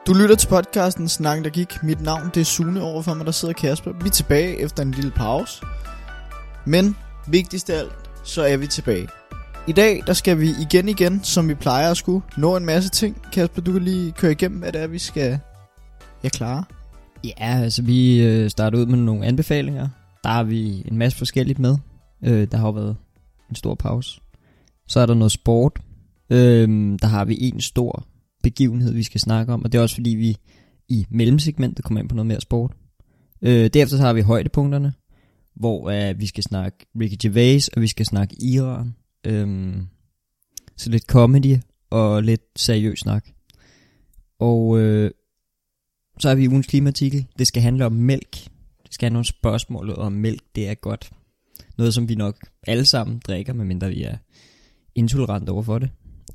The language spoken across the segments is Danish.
Du lytter til podcasten Snakken der gik. Mit navn det er Sune, overfor mig der sidder Kasper. Vi er tilbage efter en lille pause. Men vigtigst af alt, så er vi tilbage. I dag der skal vi igen, som vi plejer at skulle, nå en masse ting. Kasper, du kan lige køre igennem, hvad det er, vi skal klare. Ja, altså vi starter ud med nogle anbefalinger. Der har vi en masse forskelligt med. Der har jo været en stor pause. Så er der noget sport. Der har vi en stor begivenhed, vi skal snakke om. Og det er også fordi, vi i mellemsegmentet kommer ind på noget mere sport. Derefter så har vi højdepunkterne, hvor vi skal snakke Ricky Gervais, og vi skal snakke Iran. Så lidt comedy og lidt seriøs snak. Og så har vi ugens klimaartikel. Det skal handle om mælk. Det skal handle om spørgsmålet om mælk, det er godt. Noget som vi nok alle sammen drikker, medmindre vi er intolerant over for det.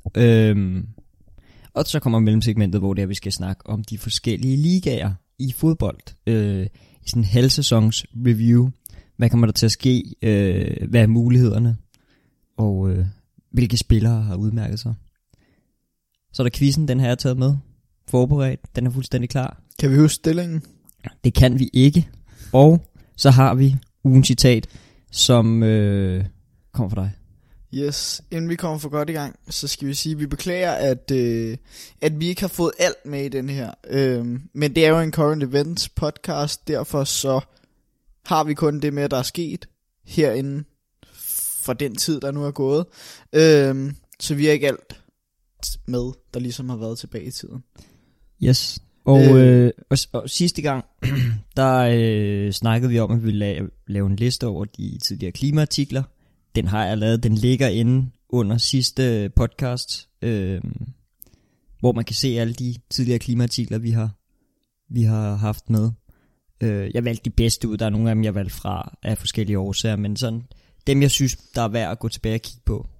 Og så kommer mellemsegmentet, hvor det er, vi skal snakke om de forskellige ligaer i fodbold. I sådan en halvsæsons review. Hvad kommer der til at ske? Hvad er mulighederne? Og hvilke spillere har udmærket sig? Så er der quizzen, den har jeg taget med. Forberedt, den er fuldstændig klar. Kan vi huske stillingen? Det kan vi ikke. Og så har vi ugens citat, som kommer fra dig. Yes, inden vi kommer for godt i gang, så skal vi sige, at vi beklager, at vi ikke har fået alt med i den her. Men det er jo en current events podcast, derfor så har vi kun det med, der er sket herinde for den tid, der nu er gået. Så vi har ikke alt med, der ligesom har været tilbage i tiden. Yes. Og sidste gang, der snakkede vi om, at vi ville lave en liste over de tidligere klimaartikler. Den har jeg lavet, den ligger inde under sidste podcast, hvor man kan se alle de tidligere klimaartikler, vi har haft med. Jeg valgte de bedste ud, der er nogle af dem, jeg valgte fra af forskellige årsager, men sådan dem, jeg synes, der er værd at gå tilbage og kigge på.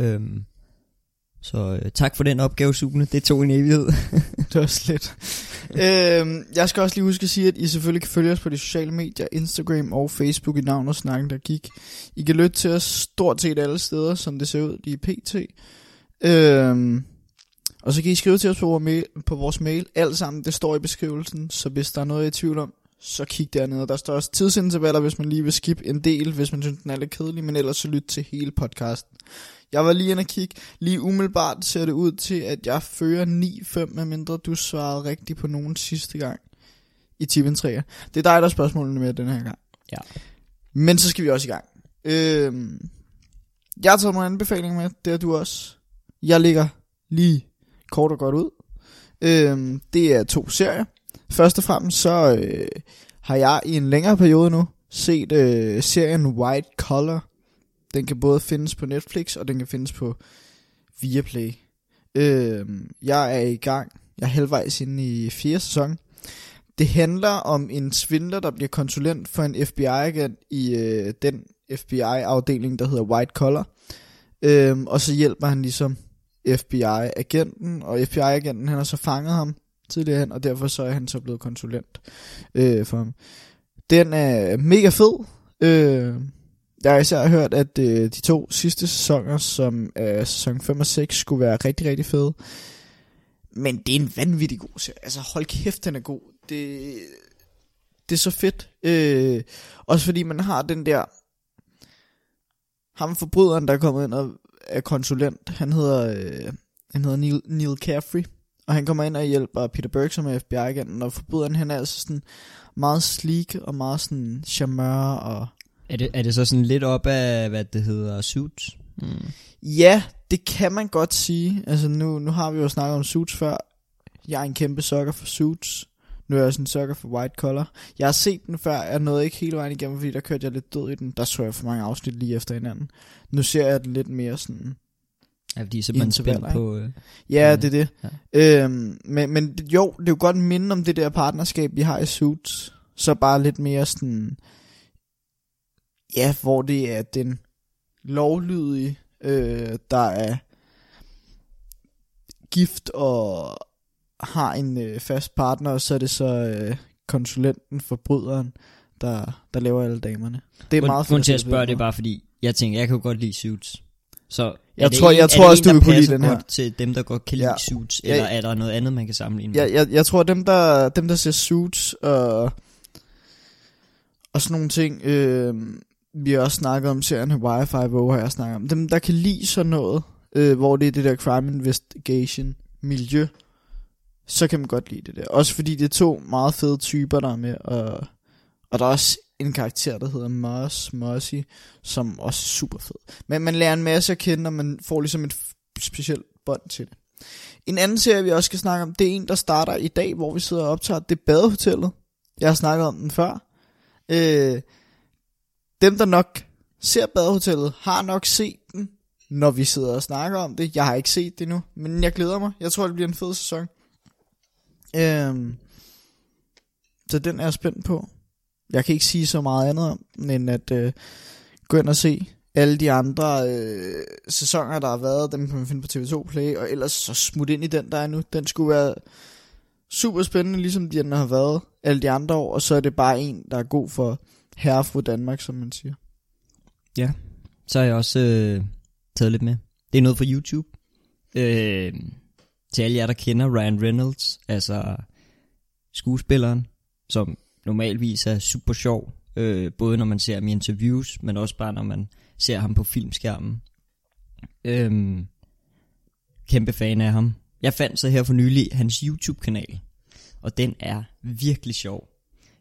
Så tak for den opgave, Sune. Det tog en evighed. Det var slet. Jeg skal også lige huske at sige, at I selvfølgelig kan følge os på de sociale medier, Instagram og Facebook i navnet Snakken der gik. I kan lytte til os stort set alle steder, som det ser ud i PT. Og så kan I skrive til os på vores mail. Alt sammen, det står i beskrivelsen, så hvis der er noget, I er i tvivl om, så kig dernede. Der står også tidsintervaller, hvis man lige vil skippe en del, hvis man synes, den er lidt kedelig, men ellers så lyt til hele podcasten. Jeg var lige inde og kigge. Lige umiddelbart ser det ud til, at jeg fører 9-5, medmindre du svarede rigtigt på nogen sidste gang i tippen 3. Det er dig, der er spørgsmålene med den her gang. Ja. Men så skal vi også i gang. Jeg har taget nogle anbefalinger med. Det er du også. Jeg ligger lige kort og godt ud. Det er 2 serier. Først og fremmest så har jeg i en længere periode nu set serien White Collar. Den kan både findes på Netflix, og den kan findes på Viaplay. Jeg er i gang. Jeg er halvvejs inde i 4. sæson. Det handler om en svindler, der bliver konsulent for en FBI-agent i den FBI-afdeling, der hedder White Collar. Og så hjælper han ligesom FBI-agenten, og FBI-agenten han har så fanget ham tidligere hen, og derfor så er han så blevet konsulent for ham. Den er mega fed. Jeg har især hørt, at de 2 sidste sæsoner, som er sæson 5 og 6, skulle være rigtig, rigtig fede. Men det er en vanvittig god serie. Altså hold kæft, den er god. Det er så fedt. Også fordi man har den der... Ham forbryderen, der er kommet ind og er konsulent. Han hedder Neil Caffrey. Og han kommer ind og hjælper Peter Berg, som er FBI-agenten. Og forbryderen, han er altså sådan meget sleek og meget sådan charmeur og... Er det så sådan lidt op af, hvad det hedder, Suits? Ja, det kan man godt sige. Altså nu har vi jo snakket om Suits før. Jeg er en kæmpe sucker for Suits. Nu er jeg også en sucker for White Collar. Jeg har set den før, jeg nåede ikke hele vejen igennem, fordi der kørte jeg lidt død i den. Der så jeg for mange afsnit lige efter hinanden. Nu ser jeg den lidt mere sådan... Ja, fordi så er man spændt på... Ja, det er det. Ja. Men jo, det er jo godt minde om det der partnerskab, vi har i Suits. Så bare lidt mere sådan... Ja, hvor det er den lovlydige, der er gift og har en fast partner, og så er det så konsulenten, forbryderen, der laver alle damerne. Det er meget fedt. Grunden til at spørge det er bare fordi, jeg tænker, jeg kan jo godt lide Suits. Så Jeg tror også, du vil kunne lide den her. Til dem, der godt kan lide Suits, eller er der noget andet, man kan sammenligne med? Jeg tror, dem der ser Suits og sådan nogle ting, vi har også snakket om serien Wi-Fi, har jeg snakket om. Dem, der kan lide sådan noget, hvor det er det der crime investigation miljø, så kan man godt lide det der. Også fordi det er to meget fede typer, der er med, og der er også en karakter, der hedder Mossy, som også er super fed. Men man lærer en masse at kende, og man får ligesom et specielt bånd til det. En anden serie, vi også skal snakke om, det er en, der starter i dag, hvor vi sidder og optager. Det er Badehotellet. Jeg har snakket om den før. Dem, der nok ser Badehotellet, har nok set den, når vi sidder og snakker om det. Jeg har ikke set det endnu, men jeg glæder mig. Jeg tror, det bliver en fed sæson. Så den er jeg spændt på. Jeg kan ikke sige så meget andet om, end at gå ind og se alle de andre sæsoner, der har været. Dem kan man finde på TV2 Play, og ellers så smut ind i den, der er nu. Den skulle være super spændende, ligesom den har været alle de andre år, og så er det bare en, der er god for herre fra Danmark, som man siger. Ja, så har jeg også taget lidt med. Det er noget fra YouTube. Til alle jer, der kender Ryan Reynolds, altså skuespilleren, som normalvis er super sjov, både når man ser ham i interviews, men også bare når man ser ham på filmskærmen. Kæmpe fan af ham. Jeg fandt så her for nylig hans YouTube-kanal, og den er virkelig sjov.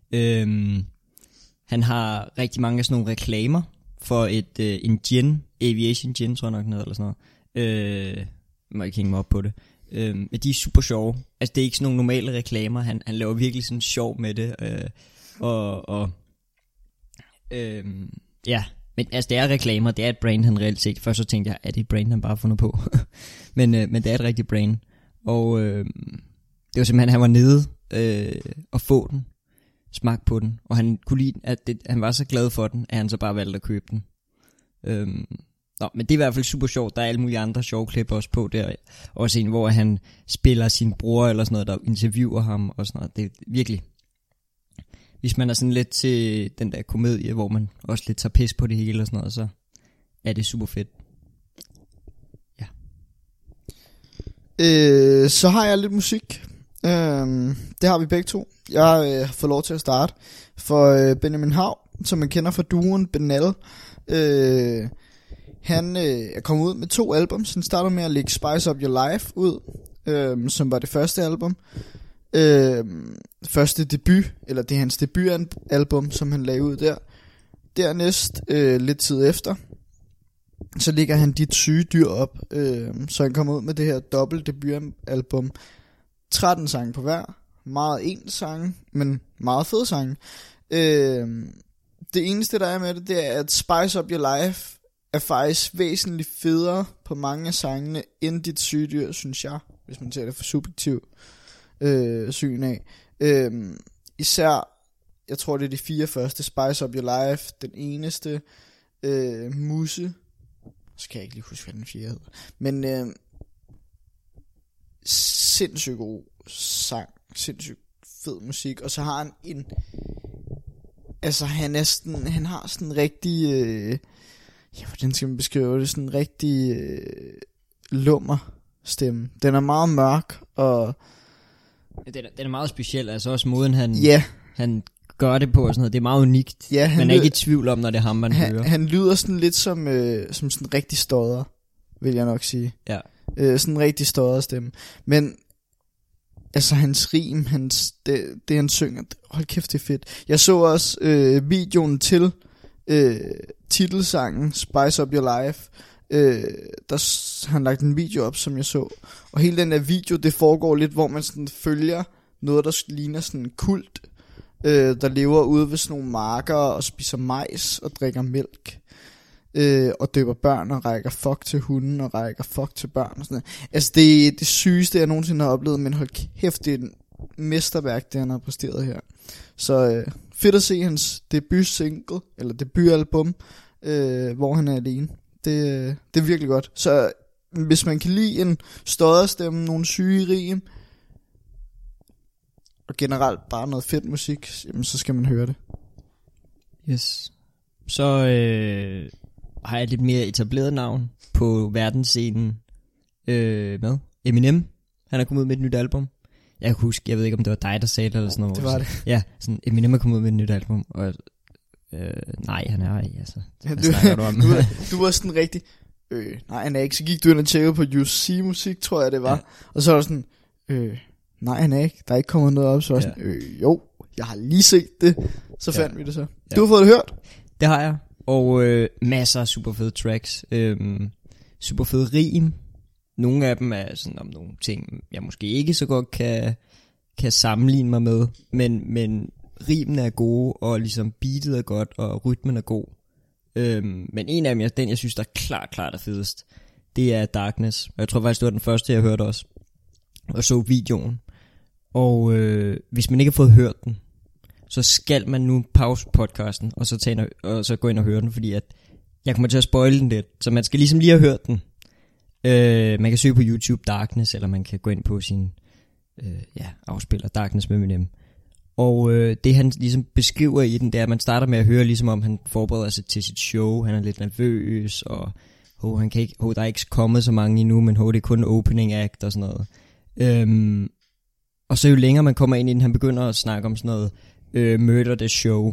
Han har rigtig mange af sådan nogle reklamer for en gin, Aviation Gin, tror jeg nok noget, eller sådan noget. Jeg må ikke hænge mig op på det. Men de er super sjove. Altså det er ikke sådan nogle normale reklamer. Han laver virkelig sådan sjov med det. Ja, men altså det er reklamer. Det er et brand, han reelt set. Først så tænkte jeg, er det et brand, han bare har fundet på? men det er et rigtigt brand. Og det var simpelthen, han var nede og få den. Smag på den. Og han kunne lide, at han var så glad for den, at han så bare valgte at købe den. Men det er i hvert fald super sjovt. Der er alle mulige andre sjove klip også på der. Også en, hvor han spiller sin bror eller sådan noget, der interviewer ham og sådan noget. Det er virkelig, hvis man er sådan lidt til den der komedie, hvor man også lidt tager pis på det hele og sådan noget, så er det super fedt. Ja. Så har jeg lidt musik. Det har vi begge to. Jeg har fået lov til at starte for Benjamin Hav, som man kender fra duoen Benal. Han er kommet ud med 2 albums. Han startede med at lægge Spice Up Your Life ud, som var det første album. Første debut, eller det er hans debutalbum, som han lagde ud der. Dernæst, lidt tid efter, så lægger han Dit syge dyr op. Så han kommer ud med det her dobbelt debutalbum. 13 sange på hver. Meget ens sange, men meget fede sange. Det eneste, der er med det er, at Spice Up Your Life er faktisk væsentligt federe på mange af sangene end Dit syge dyr, synes jeg, hvis man ser det for subjektiv syn af. Især, jeg tror det er de 4 første, Spice Up Your Life, den eneste, Musse, så kan jeg ikke lige huske, hvad den 4 hedder, men sindssygt god sang, sindssygt fed musik, og så har han en, altså han har sådan en rigtig, hvordan skal man beskrive det, sådan en rigtig lummer stemme. Den er meget mørk, og den er meget speciel, altså også måden han gør det på og sådan noget. Det er meget unikt. Ja, man er ikke i tvivl om, når det er ham, man hører. Han lyder sådan lidt som sådan en rigtig stodder, vil jeg nok sige. Ja. Sådan en rigtig stodder stemme. Men altså hans rim, det han synger, hold kæft, det er fedt. Jeg så også videoen til titelsangen Spice Up Your Life. Der har han lagt en video op, som jeg så. Og hele den der video, det foregår lidt, hvor man sådan følger noget, der ligner sådan en kult, der lever ude ved sådan nogle marker og spiser majs og drikker mælk. Og døber børn og rækker fuck til hunden og rækker fuck til børn og sådan noget. Altså det er det sygeste, jeg nogensinde har oplevet, men hold kæft, det er et mesterværk, det han har præsteret her. Så fedt at se hans debut-single, eller debutalbum, hvor han er alene. Det er virkelig godt. Så hvis man kan lide en stodderstemme, nogle syge rim, og generelt bare noget fedt musik, jamen, så skal man høre det. Yes. Så har et lidt mere etableret navn på verdensscenen. Hvad? Eminem. Han er kommet ud med et nyt album. Jeg kan huske, jeg ved ikke om det var dig der sagde det eller sådan noget. Det var det. Ja, sådan Eminem er kommet ud med et nyt album. Og nej, han er ikke, altså. Hvad du, snakker du om? du var sådan rigtig nej han er ikke. Så gik du ind og tjekkede på UC musik, tror jeg det var. Ja. Og så var du sådan nej han er ikke. Der er ikke kommet noget op. Så var sådan jo, jeg har lige set det. Så fandt vi det så. Du har fået det hørt? Det har jeg. Og masser af super fede tracks. Super fede rim. Nogle af dem er sådan om nogle ting, jeg måske ikke så godt kan sammenligne mig med. Men rimene er gode, og ligesom beatet er godt, og rytmen er god. Men en af dem, den jeg synes, der er klart er fedest, det er Darkness. Og jeg tror faktisk, det var den første, jeg hørte også. Og så videoen. Og hvis man ikke har fået hørt den, så skal man nu pause podcasten, og så gå ind og høre den, fordi at jeg kommer til at spoile den lidt. Så man skal ligesom lige have hørt den. Man kan søge på YouTube Darkness, eller man kan gå ind på sin afspiller Darkness med Eminem. Og det han ligesom beskriver i den, det er, at man starter med at høre, ligesom om han forbereder sig til sit show. Han er lidt nervøs, og han kan ikke, der er ikke kommet så mange endnu, men det er kun opening act og sådan noget. Og så jo længere man kommer ind i den, han begynder at snakke om sådan noget Murder the Show,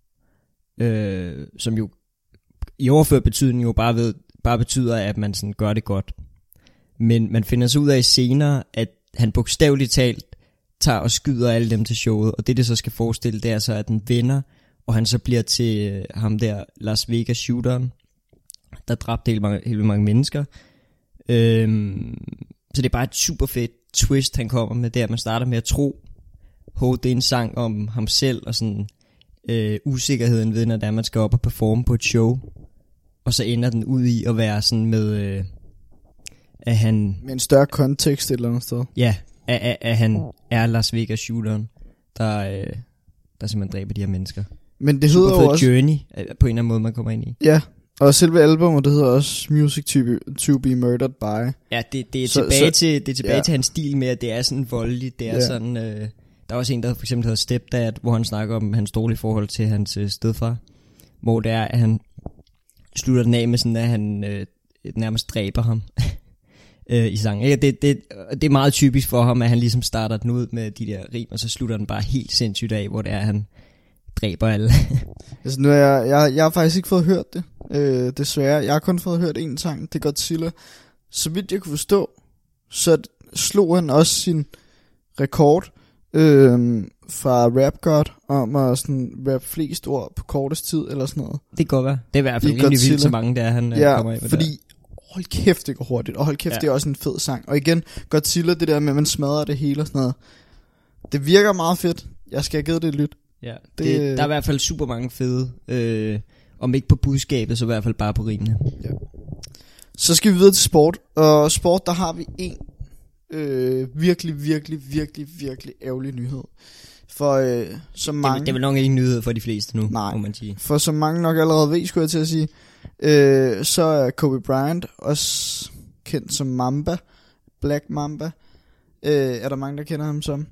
som jo i overført betydning jo bare betyder, at man sådan gør det godt. Men man finder så ud af senere, at han bogstaveligt talt tager og skyder alle dem til showet, og det så skal forestille, det er så, at den vinder, og han så bliver til ham der Las Vegas shooteren, der dræbte helt mange mennesker. Så det er bare et super fedt twist, han kommer med der. Man starter med at tro, det er en sang om ham selv, og sådan usikkerheden ved, når man skal op og performe på et show. Og så ender den ud i at være sådan med, at han... Med en større kontekst et eller andet sted. Ja, at han er Las Vegas shooteren, der simpelthen dræber de her mennesker. Men det hedder jo også... journey, på en eller anden måde, man kommer ind i. Ja, og selve albumet, det hedder også Music to be Murdered By. Ja, det er tilbage til hans stil med, at det er sådan voldeligt, det er sådan... der er også en, der for eksempel hedder Stepdad, hvor han snakker om hans dårlige forhold til hans stedfar. Hvor det er, at han slutter den af med sådan, at han nærmest dræber ham i sangen. Ja, det er meget typisk for ham, at han ligesom starter den ud med de der rim, og så slutter den bare helt sindssygt af, hvor det er, at han dræber alle. Altså nu jeg har faktisk ikke fået hørt det, desværre. Jeg har kun fået hørt en sang, det er Godzilla. Så vidt jeg kunne forstå, så slog han også sin rekord fra Rap God om at sådan rap flest ord på kortest tid eller sådan noget. Det kan godt være. Det er i hvert fald rimelig vildt så mange der han kommer af med. Fordi hold kæft det går hurtigt, og hold kæft det er også en fed sang. Og igen, Godzilla, det der med at man smadrer det hele og sådan noget. Det virker meget fedt. Jeg skal have givet det et lyt. Ja, der er i hvert fald super mange fede, om ikke på budskabet, så i hvert fald bare på rimene. Ja. Så skal vi videre til sport. Og sport, der har vi en virkelig ærgerlig nyhed. For som mange... Det er vel nok ikke en nyhed for de fleste nu, må man sige. For som mange nok allerede ved, skulle jeg til at sige, så er Kobe Bryant også kendt som Mamba, Black Mamba. Er der mange, der kender ham som?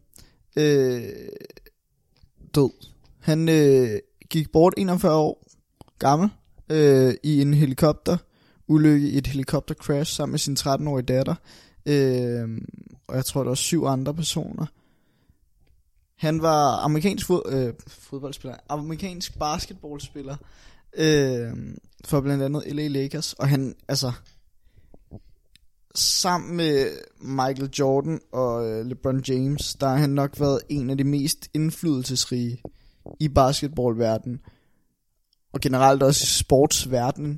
Død. Han gik bort 41 år gammel i en helikopterulykke, i et helikoptercrash sammen med sin 13-årige datter. Og jeg tror der var 7 andre personer. Han var amerikansk fodboldspiller, amerikansk basketballspiller for blandt andet LA Lakers, og han altså sammen med Michael Jordan og LeBron James, der har han nok været en af de mest indflydelsesrige i basketballverdenen og generelt også i sportsverdenen.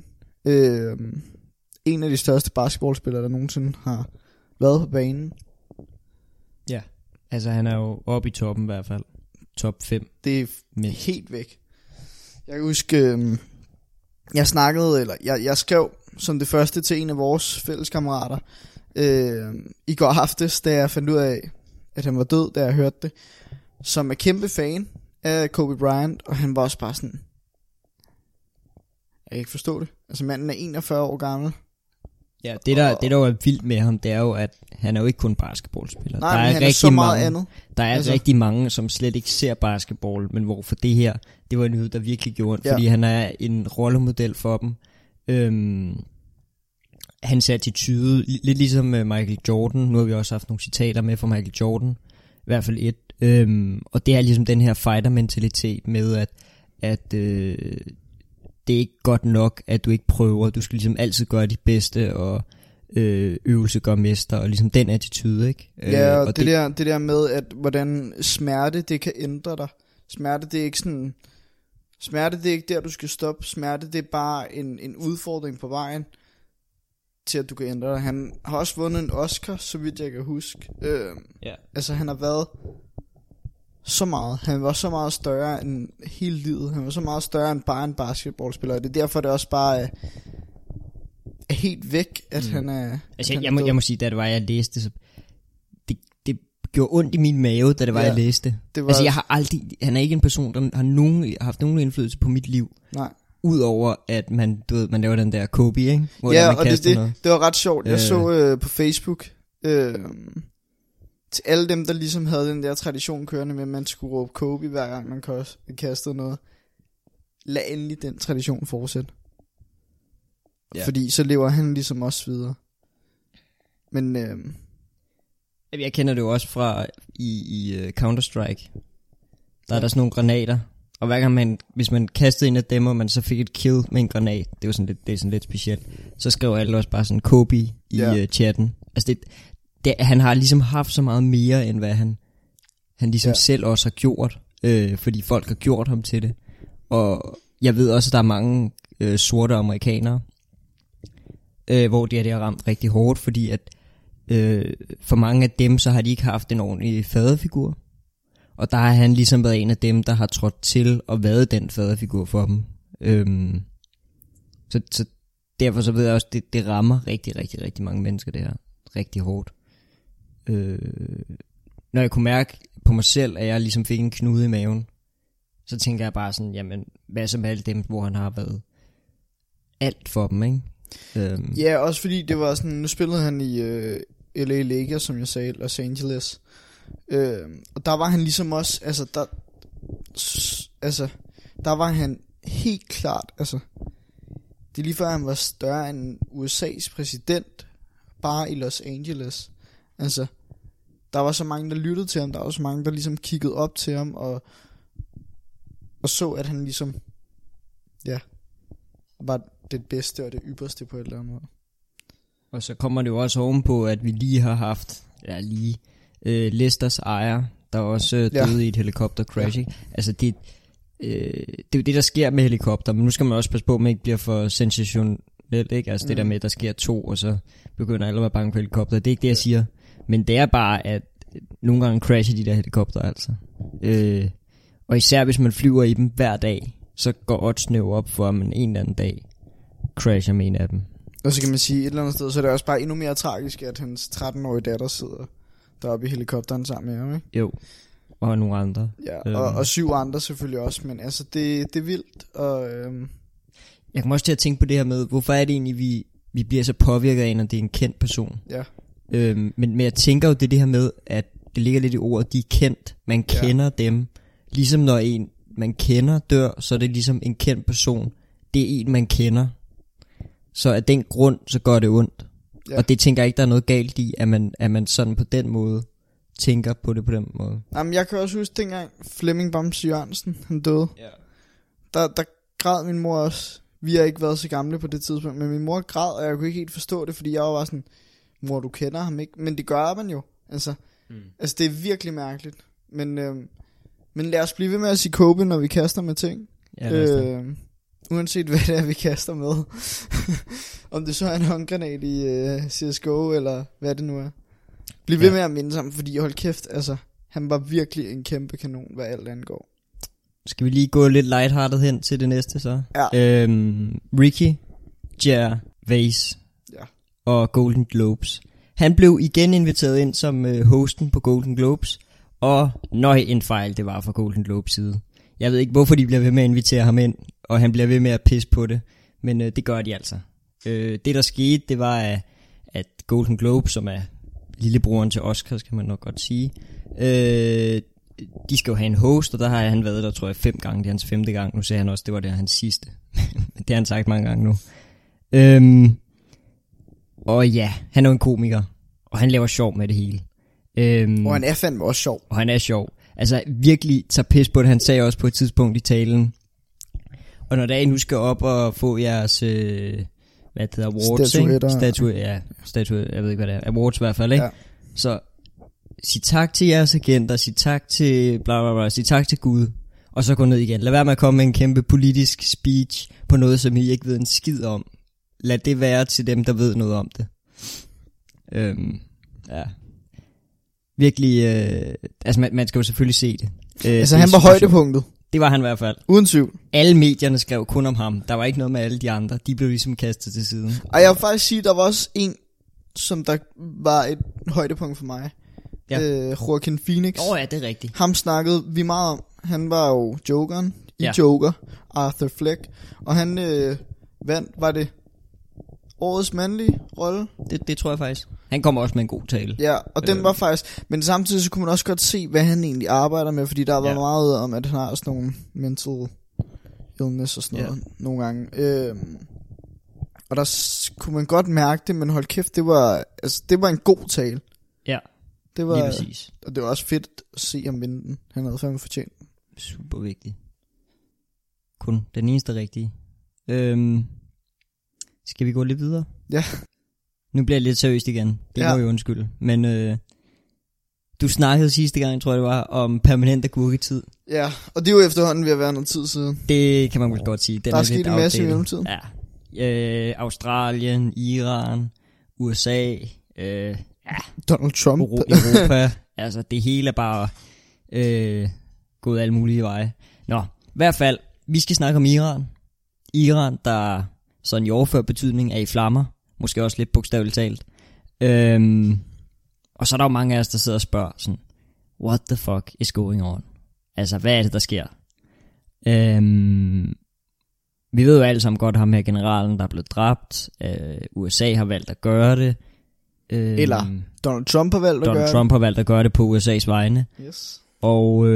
En af de største basketballspillere der nogensinde har været på banen. Ja, altså han er jo oppe i toppen i hvert fald. Top 5. Det er helt væk. Jeg kan huske, jeg skrev som det første til en af vores fælleskammerater i går aftes, da jeg fandt ud af, at han var død, da jeg hørte det, som er kæmpe fan af Kobe Bryant, og han var også bare sådan, jeg kan ikke forstå det. Altså manden er 41 år gammel. Ja, det der er vildt med ham, det er jo, at han er jo ikke kun basketballspiller. Nej, der er, han er så meget andet. Der er rigtig mange, som slet ikke ser basketball, men hvor for det her, det var en nyhed, der virkelig gjorde, fordi han er en rollemodel for dem. Hans attitude, lidt ligesom Michael Jordan, nu har vi også haft nogle citater med fra Michael Jordan, i hvert fald et, og det er ligesom den her fighter-mentalitet med, at det er ikke godt nok, at du ikke prøver, du skal ligesom altid gøre dit bedste, og øvelse gør mester, og ligesom den attitude, ikke? Ja, og det der med, at hvordan smerte, det kan ændre dig. Smerte, det er ikke sådan... Smerte, det er ikke der, du skal stoppe. Smerte, det er bare en udfordring på vejen til, at du kan ændre dig. Han har også vundet en Oscar, så vidt jeg kan huske. Altså, han har været så meget. Han var så meget større end hele livet. Han var så meget større end bare en basketballspiller. Det er derfor, det også bare er helt væk, at han er... Altså, jeg må sige, da det var, jeg læste, så det gjorde ondt i min mave, da det var, jeg læste. Altså, jeg har aldrig... Han er ikke en person, der har haft nogen indflydelse på mit liv. Nej. Udover at man laver den der Kobe, ikke? Hvor ja, man og det var ret sjovt. Jeg så på Facebook til alle dem, der ligesom havde den der tradition kørende med, at man skulle råbe Kobe hver gang man kastede noget. Lad endelig den tradition fortsætte. Ja. Fordi så lever han ligesom også videre. Men jeg kender det jo også fra i Counter-Strike. Der er der sådan nogle granater. Og hver gang hvis man kastede en af dem, og man så fik et kill med en granat, det er sådan lidt specielt, så skrev alle også bare sådan Kobe i chatten. Altså han har ligesom haft så meget mere, end hvad han ligesom selv også har gjort, fordi folk har gjort ham til det. Og jeg ved også, at der er mange sorte amerikanere, hvor det har ramt rigtig hårdt, fordi at for mange af dem, så har de ikke haft en ordentlig faderfigur. Og der har han ligesom været en af dem, der har trådt til og været den faderfigur for dem. Så derfor så ved jeg også, det rammer rigtig, rigtig, rigtig mange mennesker, det her. Rigtig hårdt. Når jeg kunne mærke på mig selv, at jeg ligesom fik en knude i maven, så tænker jeg bare sådan, jamen, hvad så med alle dem, hvor han har været alt for dem, ikke? Ja, også fordi det var sådan, nu spillede han i LA Lakers, som jeg sagde, Los Angeles. Og der var han ligesom også, der var han helt klart, altså, det er lige før han var større end USA's præsident, bare i Los Angeles. Altså, der var så mange, der lyttede til ham, der var så mange, der ligesom kiggede op til ham, og så, at han ligesom, var det bedste og det ypperste på et eller andet måde. Og så kommer det jo også ovenpå, at vi lige har haft, Leicesters ejer, der også døde i et helikoptercrash, ikke? Altså det er jo det, der sker med helikopter, men nu skal man også passe på, at man ikke bliver for sensationelt, ikke? Altså det der med, at der sker 2, og så begynder alle at være bange for helikopter. Det er ikke det, jeg siger. Men det er bare, at nogle gange crasher de der helikopter, altså. Og især hvis man flyver i dem hver dag, så går oddsene jo op for, at man en eller anden dag crasher med en af dem. Og så kan man sige, et eller andet sted, så er det også bare endnu mere tragisk, at hans 13-årige datter sidder deroppe i helikopteren sammen med ham, ikke? Jo, og nogle andre. Ja, og 7 andre selvfølgelig også, men altså, det er vildt. Og, Jeg kommer også til at tænke på det her med, hvorfor er det egentlig, vi bliver så påvirket af, når det er en kendt person? Ja. Men jeg tænker jo, det her med, at det ligger lidt i ordet, de er kendt. Man kender dem. Ligesom når en, man kender, dør, så er det ligesom en kendt person. Det er en, man kender. Så af den grund, så gør det ondt. Ja. Og det tænker jeg ikke, der er noget galt i, at man sådan på den måde tænker på det på den måde. Jamen, jeg kan også huske dengang Flemming Bamse Jørgensen, han døde. Ja. Der græd min mor også. Vi har ikke været så gamle på det tidspunkt, men min mor græd, og jeg kunne ikke helt forstå det, fordi jeg var sådan, mor, du kender ham ikke. Men det gør man jo. Altså det er virkelig mærkeligt. Men lad os blive ved med at sige Kobe, når vi kaster med ting. Ja, uanset hvad det er, vi kaster med. Om det så er en håndgranat i CSGO, eller hvad det nu er. Bliv ved med at minde sammen, fordi hold kæft, altså, han var virkelig en kæmpe kanon, hvad alt angår. Skal vi lige gå lidt lighthearted hen til det næste så? Ja. Ricky Gervais og Golden Globes. Han blev igen inviteret ind som hosten på Golden Globes, og en fejl det var fra Golden Globes side. Jeg ved ikke, hvorfor de bliver ved med at invitere ham ind, og han bliver ved med at pisse på det, men det gør de altså. Det der skete, det var, at Golden Globe, som er lillebroren til Oscars, kan man nok godt sige, de skal jo have en host, og der har han været der, tror jeg, 5 gange. Det er hans 5. gang. Nu siger han også, det var det hans sidste. Det har han sagt mange gange nu. Og ja, han er jo en komiker, og han laver sjov med det hele. Og han er fandme også sjov. Og han er sjov. Altså virkelig tager pis på det. Han sagde også på et tidspunkt i talen. Og når I nu skal op og få jeres, hvad det hedder, awards, statuer, jeg ved ikke hvad det er, awards i hvert fald, ikke? Ja. Så sig tak til jeres agenter, sig tak til bla bla bla, sig tak til Gud, og så gå ned igen. Lad være med at komme med en kæmpe politisk speech på noget, som I ikke ved en skid om. Lad det være til dem, der ved noget om det. Ja. Virkelig, altså man skal jo selvfølgelig se det. Altså han var højdepunktet. Det var han i hvert fald. Uden tvivl. Alle medierne skrev kun om ham. Der var ikke noget med alle de andre. De blev ligesom kastet til siden. Og jeg vil faktisk sige, der var også en, som der var et højdepunkt for mig. Ja. Joaquin Phoenix. Ja, det er rigtigt. Ham snakkede vi meget om. Han var jo Jokeren i Joker, Arthur Fleck. Og han vandt, var det årets mandlige rolle? Det tror jeg faktisk. Han kommer også med en god tale. Ja, og den var faktisk... Men samtidig så kunne man også godt se, hvad han egentlig arbejder med, fordi der har været meget om, at han har sådan nogle mental illness og sådan noget nogle gange. Og der kunne man godt mærke det, men hold kæft, det var en god tale. Ja, det var, lige præcis. Og det var også fedt at se ham vinde den. Han havde fandme fortjent. Super vigtigt. Kun den eneste rigtige. Skal vi gå lidt videre? Ja. Nu bliver jeg lidt seriøst igen. Det må jo undskylde. Men du snakkede sidste gang, tror jeg det var, om permanent agurketid. Ja, og det er jo efterhånden ved at være noget tid siden. Det kan man vel godt sige. Den der er sket en masse i mellemtiden. Ja. Australien, Iran, USA, Donald Trump. Europa. Altså det hele er bare gået alle mulige veje. Nå, i hvert fald, vi skal snakke om Iran. Iran, der sådan i overført betydning er i flammer. Måske også lidt bogstaveligt talt. Og så er der jo mange af os, der sidder og spørger sådan, what the fuck is going on? Altså, hvad er det, der sker? Vi ved jo alle sammen godt, ham her generalen, der er blevet dræbt. USA har valgt at gøre det. Eller Donald Trump har valgt at gøre det. Donald Trump har valgt at gøre det på USA's vegne. Yes. Og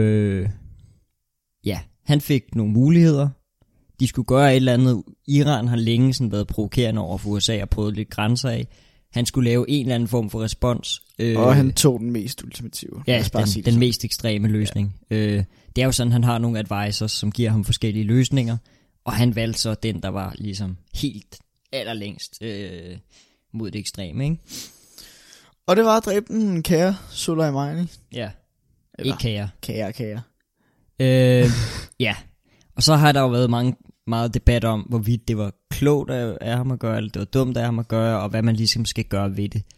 han fik nogle muligheder. De skulle gøre et eller andet. Iran har længe sådan været provokerende over for USA og prøvet lidt grænser af. Han skulle lave en eller anden form for respons. Og han tog den mest ultimative. Ja, den mest ekstreme løsning. Det er jo sådan, han har nogle advisors, som giver ham forskellige løsninger. Og han valgte så den, der var ligesom helt allerlængst mod det ekstreme, ikke? Og det var at dræbe den kære Soleimani. Ja, eller, ikke kære. Ja. Og så har der jo været meget debat om, hvorvidt det var klogt af ham at gøre, eller det var dumt af ham at gøre, og hvad man ligesom skal gøre ved det.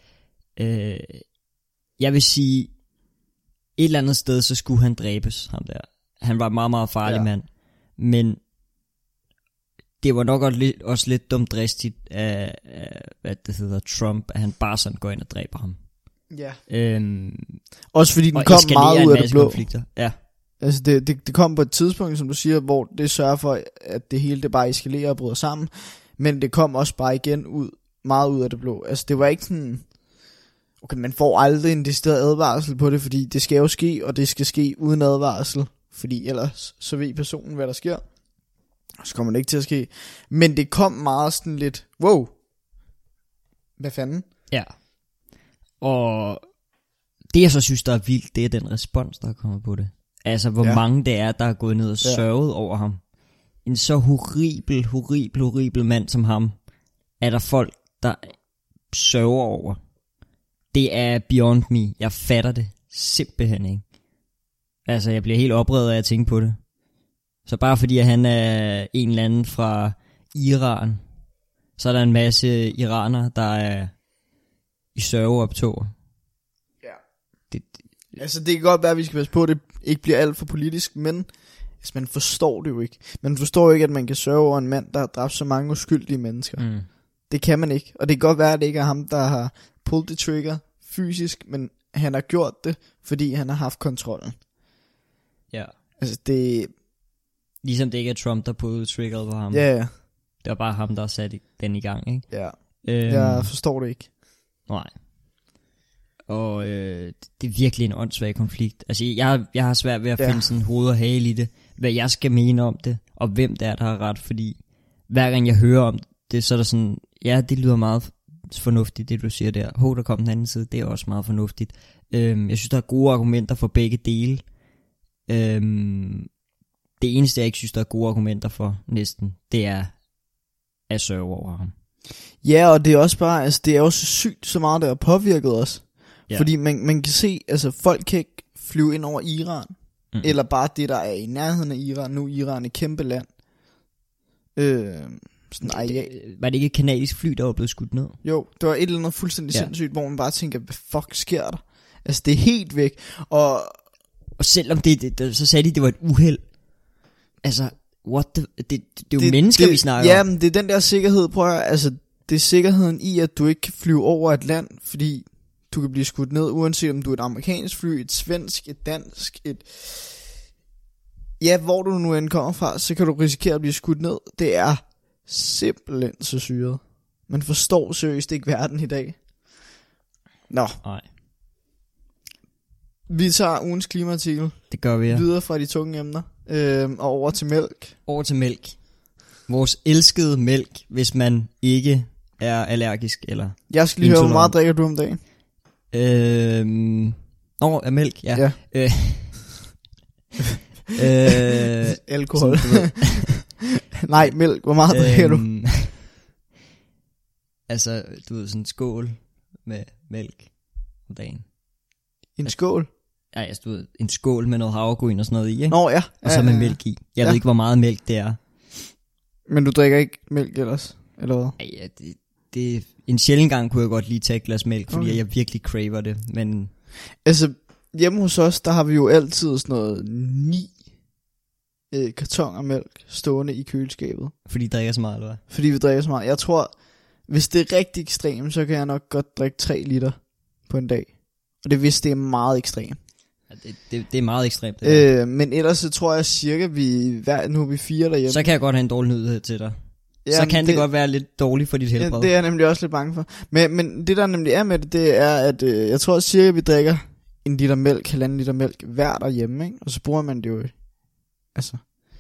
Jeg vil sige, et eller andet sted, så skulle han dræbes, ham der. Han var en meget, meget farlig mand. Men det var nok også lidt dumt dristigt af hvad det hedder, Trump, at han bare sådan går ind og dræber ham. Ja. Også fordi den kom meget ud af det blå. Konflikter. Ja. Altså det kom på et tidspunkt, som du siger, hvor det sørger for, at det hele det bare eskalerer og bryder sammen. Men det kom også bare igen meget ud af det blå. Altså det var ikke sådan, okay, man får aldrig en decideret advarsel på det, fordi det skal jo ske, og det skal ske uden advarsel. Fordi ellers så ved personen, hvad der sker. Og så kommer det ikke til at ske. Men det kom meget sådan lidt, wow, hvad fanden? Ja. Og det jeg så synes, der er vildt, det er den respons, der er kommet på det. Altså hvor mange det er, der er gået ned og sørget over ham. En så horribel mand som ham, er der folk, der sørger over. Det er beyond me. Jeg fatter det simpelthen ikke. Altså jeg bliver helt oprevet af at tænke på det. Så bare fordi at han er en eller anden fra Iran, så er der en masse iranere, der er i sørgeoptog. Ja. Altså det kan godt være, at vi skal passe på, at det ikke bliver alt for politisk, men altså, man forstår det jo ikke. Man forstår jo ikke, at man kan sørge over en mand, der har dræbt så mange uskyldige mennesker. Det kan man ikke. Og det kan godt være, at det ikke er ham, der har pulled the trigger fysisk, men han har gjort det, fordi han har haft kontrollen. Ja. Altså det... Ligesom det ikke er Trump, der pulled triggeret på ham. Ja. Det var bare ham, der satte den i gang, ikke? Ja. Jeg forstår det ikke. Nej. Og det er virkelig en åndssvag konflikt. Altså jeg har svært ved at finde sådan hoved og hale i det. Hvad jeg skal mene om det, og hvem det er, der har ret. Fordi hver gang jeg hører om så er der sådan, ja, det lyder meget fornuftigt, det du siger der. Der kom den anden side, det er også meget fornuftigt. Jeg synes, der er gode argumenter for begge dele. Det eneste, jeg ikke synes, der er gode argumenter for næsten, det er at sørge over ham. Ja, og det er også bare, altså det er også sygt så meget, der har påvirket os. Ja. Fordi man kan se, altså folk kan ikke flyve ind over Iran, eller bare det, der er i nærheden af Iran. Nu er Iran et kæmpe land. Var det ikke et kanadisk fly, der var blevet skudt ned? Jo, det var et eller andet fuldstændig sindssygt, hvor man bare tænker, hvad fuck sker der? Altså det er helt væk. Og selvom så sagde de, det var et uheld. Altså, det er jo mennesker, vi snakker om. Ja, men det er den der sikkerhed, prøv at, altså det er sikkerheden i, at du ikke kan flyve over et land, fordi du kan blive skudt ned, uanset om du er et amerikansk fly, et svensk, et dansk, ja, hvor du nu end kommer fra, så kan du risikere at blive skudt ned. Det er simpelthen så syret. Man forstår seriøst ikke verden i dag. Nå. Nej. Vi tager ugens klimaartikel. Det gør vi, ja. Videre fra de tunge emner, og over til mælk. Over til mælk. Vores elskede mælk, hvis man ikke er allergisk eller jeg skal lige høre, hvor meget drikker du om dagen? Af mælk, ja. Alkohol. Nej, mælk. Hvor meget drikker du? Altså, du ved, sådan en skål med mælk om dagen. En skål? Ja, altså, du ved, en skål med noget havregryn og sådan noget i, ikke? Nå, ja. Og så med mælk i. Jeg ved ikke, hvor meget mælk det er. Men du drikker ikke mælk ellers, eller hvad? Ja, det en sjældent gang kunne jeg godt lige tage et glas mælk, fordi jeg virkelig craver det, men... Altså, hjemme hos os, der har vi jo altid sådan noget 9 kartoner mælk stående i køleskabet. Fordi I drikker så meget, eller hvad? Fordi vi drikker så meget. Jeg tror, hvis det er rigtig ekstremt, så kan jeg nok godt drikke 3 liter på en dag. Og det hvis det er meget ekstremt. Ja, det er meget ekstremt. Men ellers så tror jeg cirka, nu er vi 4 derhjemme. Så kan jeg godt have en dårlig nyhed til dig. Så kan det godt være lidt dårligt for dit helbred. Ja, det er jeg nemlig også lidt bange for. Men det der nemlig er med det er, at jeg tror cirka, vi drikker 1 liter mælk, 1,5 liter mælk hver derhjemme, ikke? Og så bruger man det jo, altså.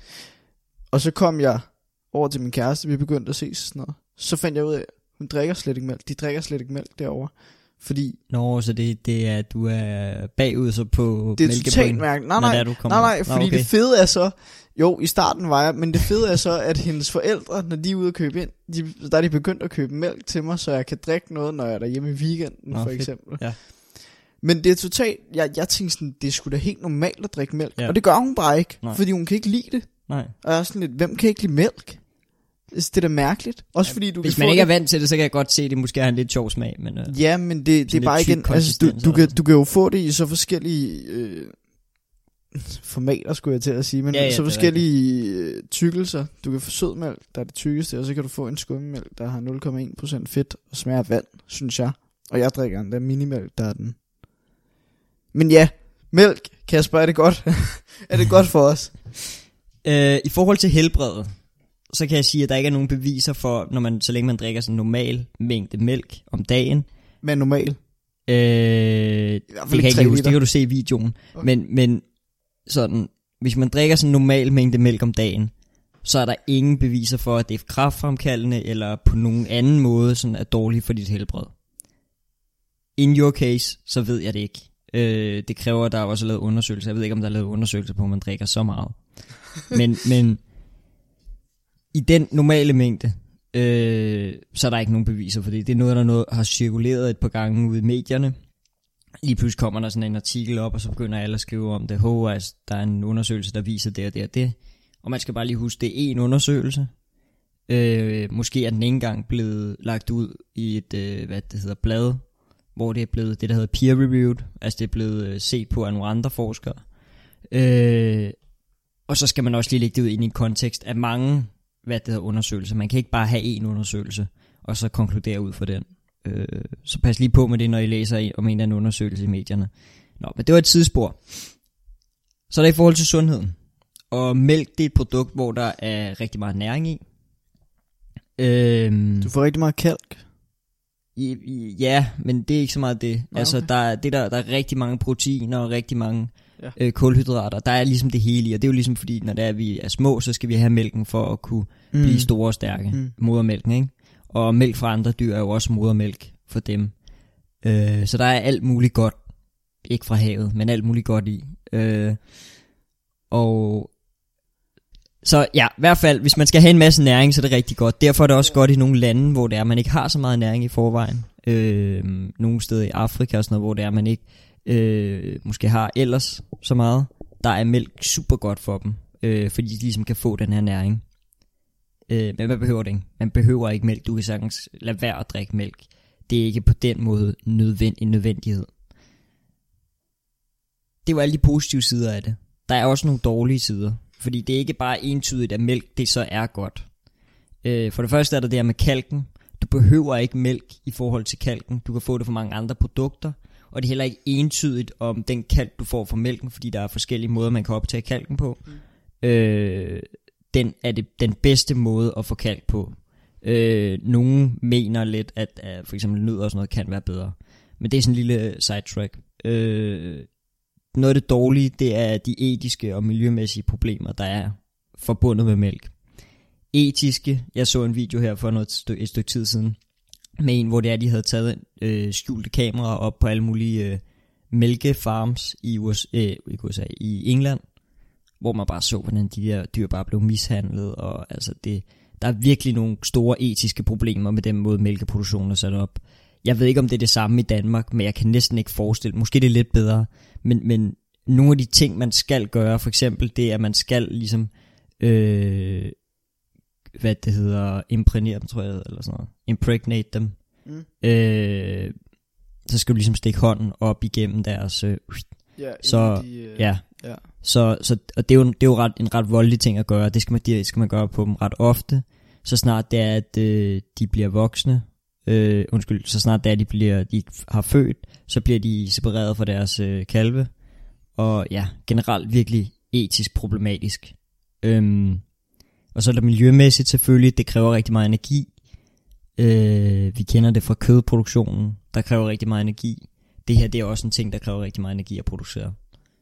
Og så kom jeg over til min kæreste, vi begyndte at ses sådan noget. Så fandt jeg ud af, hun drikker slet ikke mælk. De drikker slet ikke mælk derovre. Fordi... Nå, så det er, du er bagud så på det er totalt mærkeligt. Nej, fordi okay. Det fede er så... Jo, i starten var jeg, men det fede er så, at hendes forældre, når de er ude at købe ind, der er de begyndt at købe mælk til mig, så jeg kan drikke noget, når jeg er derhjemme i weekenden, for eksempel. Ja. Men det er totalt... Jeg tænkte sådan, det er sgu da helt normalt at drikke mælk. Ja. Og det gør hun bare ikke, fordi hun kan ikke lide det. Nej. Og jeg er sådan lidt, hvem kan ikke lide mælk? Det er da mærkeligt. Også fordi du hvis man ikke er vant til det, så kan jeg godt se, at det måske har en lidt sjov smag. Men, ja, men det er bare igen... Altså, du kan jo få det i så forskellige... formater, skulle jeg til at sige, men så forskellige tykkelser. Du kan få sødmælk, der er det tykkeste, og så kan du få en skummemælk, der har 0,1% fedt og smager af vand, synes jeg. Og jeg drikker en der minimælk, der er den. Men ja, mælk, Kasper, er det godt? Er det godt for os? I forhold til helbredet, så kan jeg sige, at der ikke er nogen beviser for, så længe man drikker sådan en normal mængde mælk om dagen. Men normal? Det kan jeg ikke huske, det kan du se i videoen. Okay. Men sådan, hvis man drikker sådan en normal mængde mælk om dagen, så er der ingen beviser for, at det er kræftfremkaldende, eller på nogen anden måde sådan er dårligt for dit helbred. In your case, så ved jeg det ikke. Det kræver, at der er også lavet undersøgelser. Jeg ved ikke, om der er lavet undersøgelser på, at man drikker så meget. Men i den normale mængde, så er der ikke nogen beviser for det. Det er noget, der har cirkuleret et par gange ude i medierne. Lige pludselig kommer der sådan en artikel op, og så begynder alle at skrive om det. Altså, der er en undersøgelse, der viser det og det og det. Og man skal bare lige huske, det er én undersøgelse. Måske er den ikke engang blevet lagt ud i et blad, hvor det er blevet det, der hedder peer-reviewed. Altså det er blevet set på af nogle andre forskere. Og så skal man også lige lægge det ud ind i en kontekst af mange undersøgelser. Man kan ikke bare have én undersøgelse, og så konkludere ud fra den. Så pas lige på med det, når I læser om en eller anden undersøgelse i medierne. Nå, men det var et sidespor. Så er der i forhold til sundheden. Og mælk, det er et produkt, hvor der er rigtig meget næring i. Du får rigtig meget kalk. Ja, men det er ikke så meget det. Ja, altså, okay. Der er rigtig mange proteiner og rigtig mange kulhydrater. Der er ligesom det hele i, og det er jo ligesom fordi, når vi er små, så skal vi have mælken for at kunne blive store og stærke. Modermælken, ikke? Og mælk fra andre dyr er jo også modermælk for dem. Så der er alt muligt godt, ikke fra havet, men alt muligt godt i. Og så ja, i hvert fald, hvis man skal have en masse næring, så er det rigtig godt. Derfor er det også godt i nogle lande, hvor det er, man ikke har så meget næring i forvejen. Nogle steder i Afrika og sådan noget, hvor det er, man ikke måske har ellers så meget. Der er mælk super godt for dem, fordi de ligesom kan få den her næring. Men man behøver det ikke. Man behøver ikke mælk. Du kan sagtens lade være at drikke mælk. Det er ikke på den måde en nødvendighed. Det var alle de positive sider af det. Der er også nogle dårlige sider. Fordi det er ikke bare entydigt, at mælk det så er godt. For det første er der det her med kalken. Du behøver ikke mælk i forhold til kalken. Du kan få det fra mange andre produkter. Og det er heller ikke entydigt om den kalk, du får fra mælken, fordi der er forskellige måder, man kan optage kalken på. Den er den bedste måde at få kalk på. Nogle mener lidt, at for eksempel nødder og sådan noget kan være bedre. Men det er sådan en lille sidetrack. Noget af det dårlige, det er de etiske og miljømæssige problemer, der er forbundet med mælk. Etiske, jeg så en video her for et stykke tid siden, med en, hvor det er, de havde taget skjulte kameraer op på alle mulige mælkefarms i i England, hvor man bare så, hvordan de der dyr bare blev mishandlet, og altså der er virkelig nogle store etiske problemer med den måde mælkeproduktionen er sat op. Jeg ved ikke, om det er det samme i Danmark, men jeg kan næsten ikke forestille, måske det er lidt bedre, men nogle af de ting, man skal gøre, for eksempel det, at man skal ligesom, hvad det hedder, imprægnere dem, tror jeg, eller sådan noget, impregnate dem, så skal du ligesom stikke hånden op igennem deres, så, så og det er jo en ret voldelig ting at gøre, det skal man gøre på dem ret ofte, så snart det er, at de bliver voksne, så snart det er, de har født, så bliver de separeret fra deres kalve, og ja, generelt virkelig etisk problematisk. Og så er der miljømæssigt selvfølgelig, det kræver rigtig meget energi. Vi kender det fra kødproduktionen, der kræver rigtig meget energi. Det her, det er også en ting, der kræver rigtig meget energi at producere.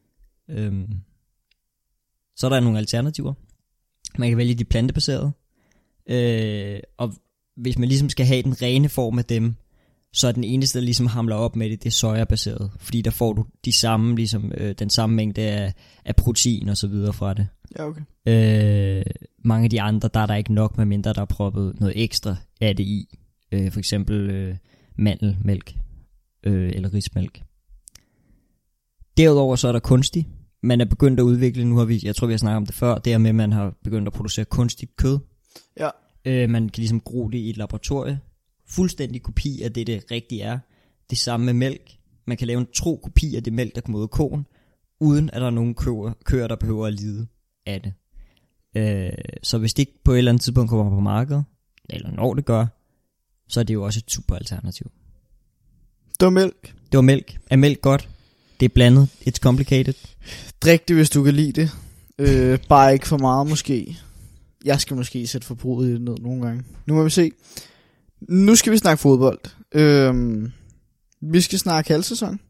Så er der nogle alternativer. Man kan vælge de plantebaserede. Og hvis man ligesom skal have den rene form af dem, så er den eneste, der ligesom hamler op med det er sojabaseret. Fordi der får du de samme, ligesom, den samme mængde af protein og så videre fra det. Ja, okay. Mange af de andre, der er der ikke nok, med mindre der er proppet noget ekstra af det i. For eksempel mandelmælk eller rismælk. Derudover så er der kunstig. Man er begyndt at udvikle, jeg tror vi har snakket om det før, det er med, at man har begyndt at producere kunstigt kød. Ja. Man kan ligesom gro det i et laboratorie. Fuldstændig kopi af det rigtige er. Det samme med mælk. Man kan lave en tro kopi af det mælk, der kommer ud af koen, uden at der er nogen køer, der behøver at lide af det. Så hvis det ikke på et eller andet tidspunkt kommer på markedet, eller når det gør, så er det jo også et super alternativ. Det var mælk. Er mælk godt? Det er blandet. It's complicated. Drik det, hvis du kan lide det. Bare ikke for meget måske. Jeg skal måske sætte forbruget i det ned nogle gange. Nu må vi se. Nu skal vi snakke fodbold. Vi skal snakke halvsæson.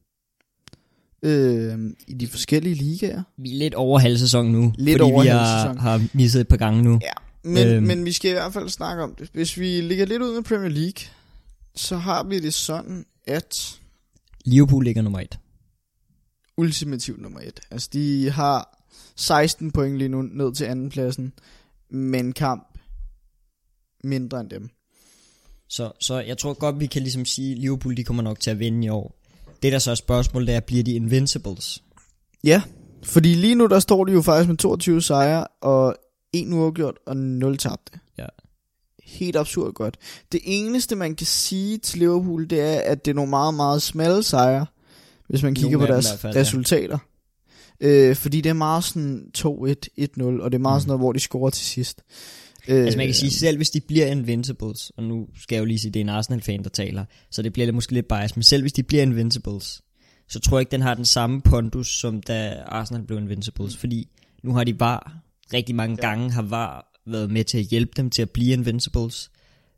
I de forskellige ligaer. Vi er lidt over halvsæson nu. Lidt fordi over vi halvsæson. har misset et par gange nu. Ja, men vi skal i hvert fald snakke om det. Hvis vi ligger lidt ud med Premier League, så har vi det sådan, at Liverpool ligger nummer 1. Ultimativt nummer 1. Altså de har 16 point lige nu ned til andenpladsen, men kamp mindre end dem. Så jeg tror godt, vi kan ligesom sige, at Liverpool de kommer nok til at vinde i år. Det der så er spørgsmålet, det er, bliver de invincibles? Ja, fordi lige nu der står de jo faktisk med 22 sejre og 1 uafgjort og 0 tabte. Ja. Helt absurd godt. Det eneste man kan sige til Liverpool, det er, at det er nogle meget, meget smalle sejre, hvis man kigger på deres resultater. Fordi det er meget sådan 2-1, 1-0, og det er meget sådan noget, hvor de scorer til sidst. Altså man kan sige, selv hvis de bliver invincibles, og nu skal jeg jo lige sige, det er en Arsenal-fan, der taler, så det bliver måske lidt biased, men selv hvis de bliver invincibles, så tror jeg ikke, den har den samme pondus, som da Arsenal blev invincibles, fordi nu har de rigtig mange gange har været med til at hjælpe dem til at blive invincibles.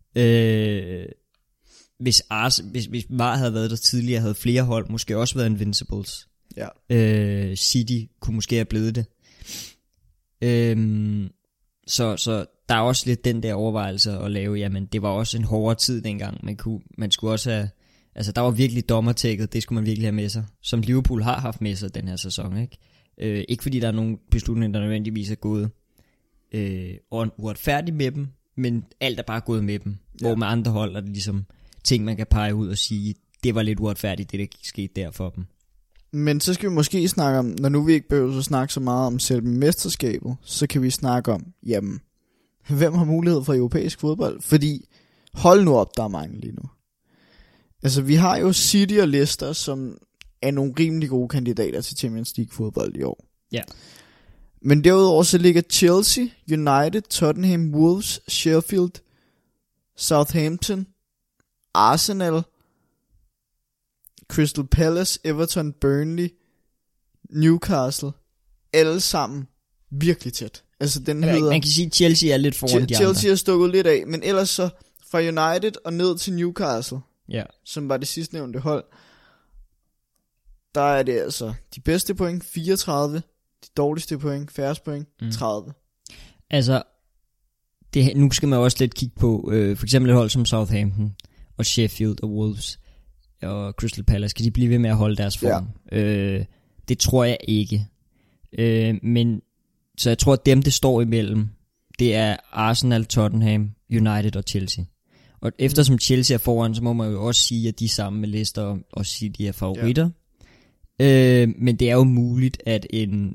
Hvis VAR havde været der tidligere, havde flere hold måske også været invincibles. Ja. City kunne måske have blevet det. Så der er også lidt den der overvejelse at lave, jamen det var også en hårdere tid dengang, man skulle også have, altså der var virkelig dommertækket, det skulle man virkelig have med sig, som Liverpool har haft med sig den her sæson, ikke? Ikke fordi der er nogen beslutninger, der nødvendigvis er gået uretfærdigt med dem, men alt er bare gået med dem, hvor med andre hold er det ligesom ting, man kan pege ud og sige, det var lidt uretfærdigt, det der skete der for dem. Men så skal vi måske snakke om, når nu vi ikke behøver at snakke så meget om selve mesterskabet, så kan vi snakke om, jamen, hvem har mulighed for europæisk fodbold? Fordi, hold nu op, der er mange lige nu. Altså, vi har jo City og Leicester, som er nogle rimelig gode kandidater til Champions League fodbold i år. Ja. Men derudover så ligger Chelsea, United, Tottenham, Wolves, Sheffield, Southampton, Arsenal, Crystal Palace, Everton, Burnley, Newcastle, alle sammen virkelig tæt. Altså den hedder, man kan sige, at Chelsea er lidt foran de andre. Chelsea er stukket lidt af, men ellers så fra United og ned til Newcastle, som var det sidste nævnte hold, der er det altså de bedste point 34, de dårligste point, færreste point 30. Altså, nu skal man også lidt kigge på, for eksempel et hold som Southampton og Sheffield og Wolves og Crystal Palace, kan de blive ved med at holde deres form? Ja. Det tror jeg ikke. Men så jeg tror, at dem, det står imellem, det er Arsenal, Tottenham, United og Chelsea. Og eftersom Chelsea er foran, så må man jo også sige, at de sammen med Leicester og City er favoritter. Ja. Men det er jo muligt, at en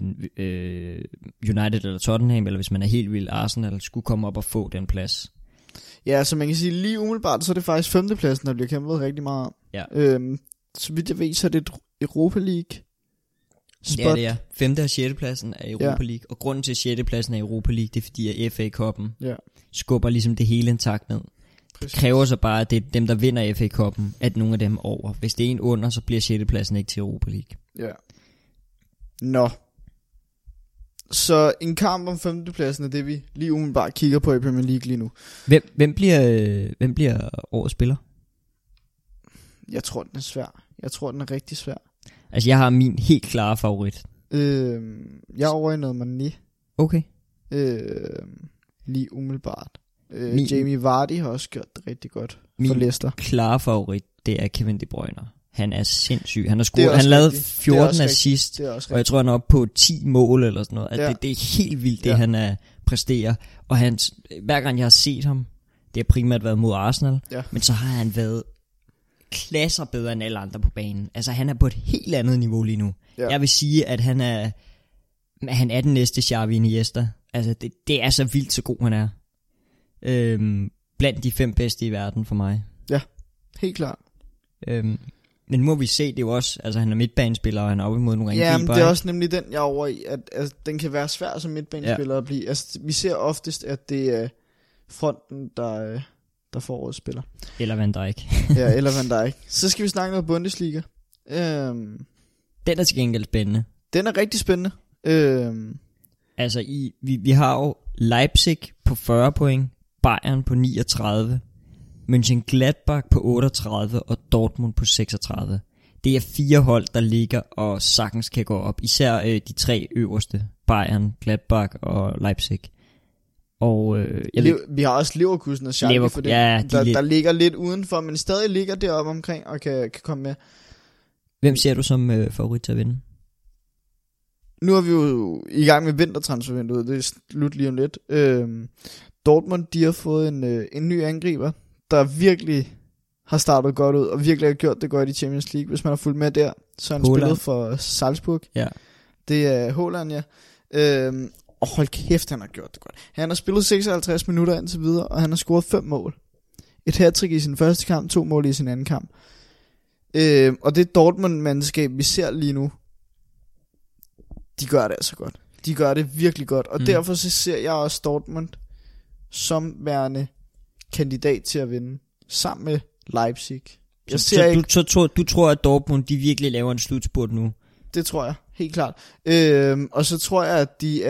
United eller Tottenham, eller hvis man er helt vild Arsenal, skulle komme op og få den plads. Ja, så man kan sige, lige umiddelbart, så er det faktisk 5. pladsen, der bliver kæmpet rigtig meget om. Ja. Så vidt jeg ved, så er det Europa League spot. Ja, det er 5. og 6. pladsen af Europa League. Og grunden til 6. pladsen af Europa League, det er fordi, at FA-koppen skubber ligesom det hele intakt ned. Præcis. Det kræver så bare, at det er dem, der vinder FA-koppen, at nogle af dem over. Hvis det er en under, så bliver 6. pladsen ikke til Europa League. Ja. Nå. Så en kamp om 5. pladsen er det, vi lige umiddelbart kigger på i Premier League lige nu. Hvem bliver årets spiller? Jeg tror, den er svær. Jeg tror, den er rigtig svær. Altså, jeg har min helt klare favorit. Jeg er over i noget Mané. Okay. Lige umiddelbart. Jamie Vardy har også gjort det rigtig godt for Leicester. Min klare favorit, det er Kevin De Bruyne. Han er sindssyg. Han har scoret, han lavede 14 assist, og jeg tror, han er oppe på 10 mål eller sådan noget. Ja. Det er helt vildt, det han præsterer. Og hver gang jeg har set ham, det har primært været mod Arsenal, men så har han været klasser bedre end alle andre på banen. Altså, han er på et helt andet niveau lige nu. Ja. Jeg vil sige, at han er den næste Xavi Iniesta. Altså, det er så vildt, så god han er. Blandt de 5 bedste i verden for mig. Ja, helt klart. Men nu må vi se, det er jo også, altså han er midtbanespiller, og han er oppe imod nogle angriber. Ja, men det er også nemlig den, jeg er over i, at den kan være svær som midtbanespiller at blive. Altså, vi ser oftest, at det er fronten, der får årets spiller. Eller Van Dijk. Ja, eller Van Dijk. Så skal vi snakke noget Bundesliga. Den er til gengæld spændende. Den er rigtig spændende. Altså, vi har jo Leipzig på 40 point, Bayern på 39, Mönchengladbach på 38 og Dortmund på 36. Det er 4 hold, der ligger og sagtens kan gå op. Især de 3 øverste, Bayern, Gladbach og Leipzig. Og vi har også Leverkusen og Schalke, for det, der ligger lidt udenfor, men stadig ligger deroppe omkring og kan komme med. Hvem ser du som favorit til at vinde? Nu er vi jo i gang med vintertransfervinduet, det er slut lige om lidt. Dortmund, de har fået en ny angriber, der virkelig har startet godt ud, og virkelig har gjort det godt i Champions League. Hvis man har fulgt med der, så har han spillet for Salzburg. Ja. Det er Haaland, ja. Og hold kæft, han har gjort det godt. Han har spillet 56 minutter indtil videre, og han har scoret 5 mål. Et hattrick i sin første kamp, 2 mål i sin anden kamp. Og det Dortmund-mandskab, vi ser lige nu, de gør det altså godt. De gør det virkelig godt, og derfor så ser jeg også Dortmund som værende kandidat til at vinde, sammen med Leipzig. Du tror, at Dortmund, de virkelig laver en slutspurt nu? Det tror jeg, helt klart. Og så tror jeg, at de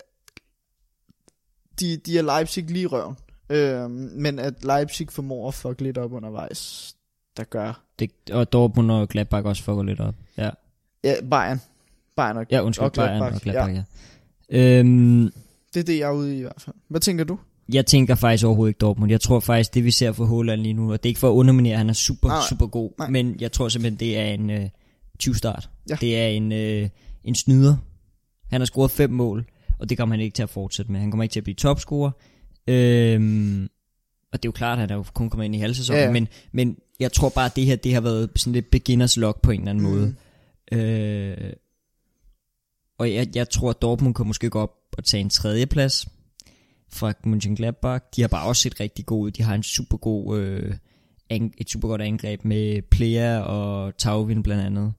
er Leipzig lige i røven. Men at Leipzig formår at fuck lidt op undervejs, der gør. Og Dortmund og Gladbach også fucker lidt op. Ja, Bayern og Bayern og Gladbach, ja. Det er det, jeg er ude i hvert fald. Hvad tænker du? Jeg tænker faktisk overhovedet ikke Dortmund. Jeg tror faktisk, det vi ser for Haaland lige nu, og det er ikke for at underminere, han er super god, Nej. men jeg tror simpelthen, det er en 20-start. Ja. Det er en snyder. Han har scoret 5 mål, og det kommer han ikke til at fortsætte med. Han kommer ikke til at blive topscorer. Og det er jo klart, at han er jo kun kommet ind i halv sæsonen, ja. men jeg tror bare, at det her, det har været sådan lidt beginners luck på en eller anden måde. Og jeg tror, at Dortmund kan måske gå op og tage en 3. plads fra Mönchengladbach. De har bare også set rigtig gode ud. De har en super god, et super godt angreb med Plea og Thauvin blandt andet.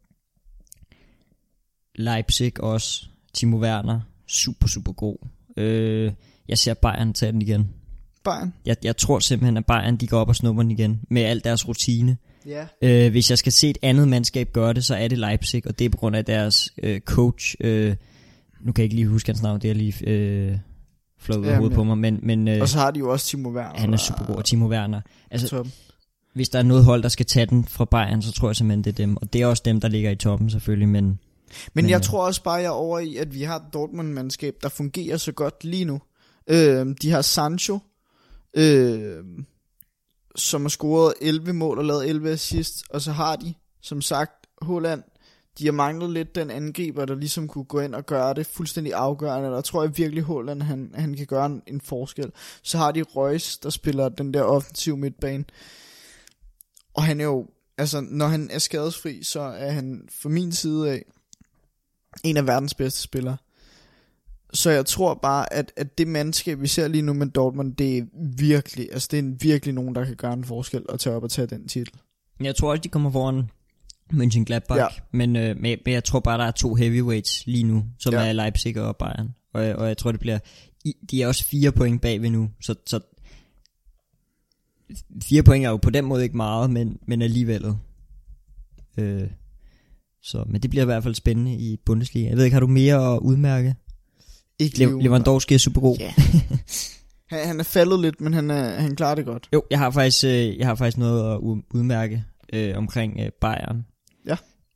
Leipzig også. Timo Werner. Super god. Jeg ser Bayern tage den igen. Bayern? Jeg tror simpelthen, at Bayern de går op og snupper den igen. Med al deres rutine. Yeah. Hvis jeg skal se et andet mandskab gøre det, så er det Leipzig. Og det er på grund af deres coach. Nu kan jeg ikke lige huske hans navn. Det er lige flået ud af hovedet på mig. Men, og så har de jo også Timo Werner. Han er super god. Og Timo Werner. Altså, hvis der er noget hold, der skal tage den fra Bayern, så tror jeg simpelthen, det er dem. Og det er også dem, der ligger i toppen selvfølgelig. Men jeg tror også bare, jeg er over i, at vi har et Dortmund-mandskab, der fungerer så godt lige nu. De har Sancho, som har scoret 11 mål og lavet 11 assist. Og så har de, som sagt, Haaland. De har manglet lidt den angriber, der ligesom kunne gå ind og gøre det fuldstændig afgørende. Der tror jeg virkelig, Haaland han kan gøre en forskel. Så har de Reus, der spiller den der offensiv midtbane. Og han er jo, altså når han er skadesfri, så er han fra min side af en af verdens bedste spillere. Så jeg tror bare, at det mandskab, vi ser lige nu med Dortmund, det er virkelig, altså det er virkelig nogen, der kan gøre en forskel og tage op og tage den titel. Jeg tror også, de kommer foran Mönchengladbach, ja. men jeg tror bare, der er 2 heavyweights lige nu, som er Leipzig og Bayern. Og jeg tror, det bliver, de er også 4 point bagved nu, så 4 point er jo på den måde ikke meget, men alligevel. Men det bliver i hvert fald spændende i Bundesliga. Jeg ved ikke, har du mere at udmærke? Lewandowski er super god. Yeah. Han er faldet lidt, men han klarer det godt. Jo, jeg har faktisk noget at udmærke omkring Bayern. Ja.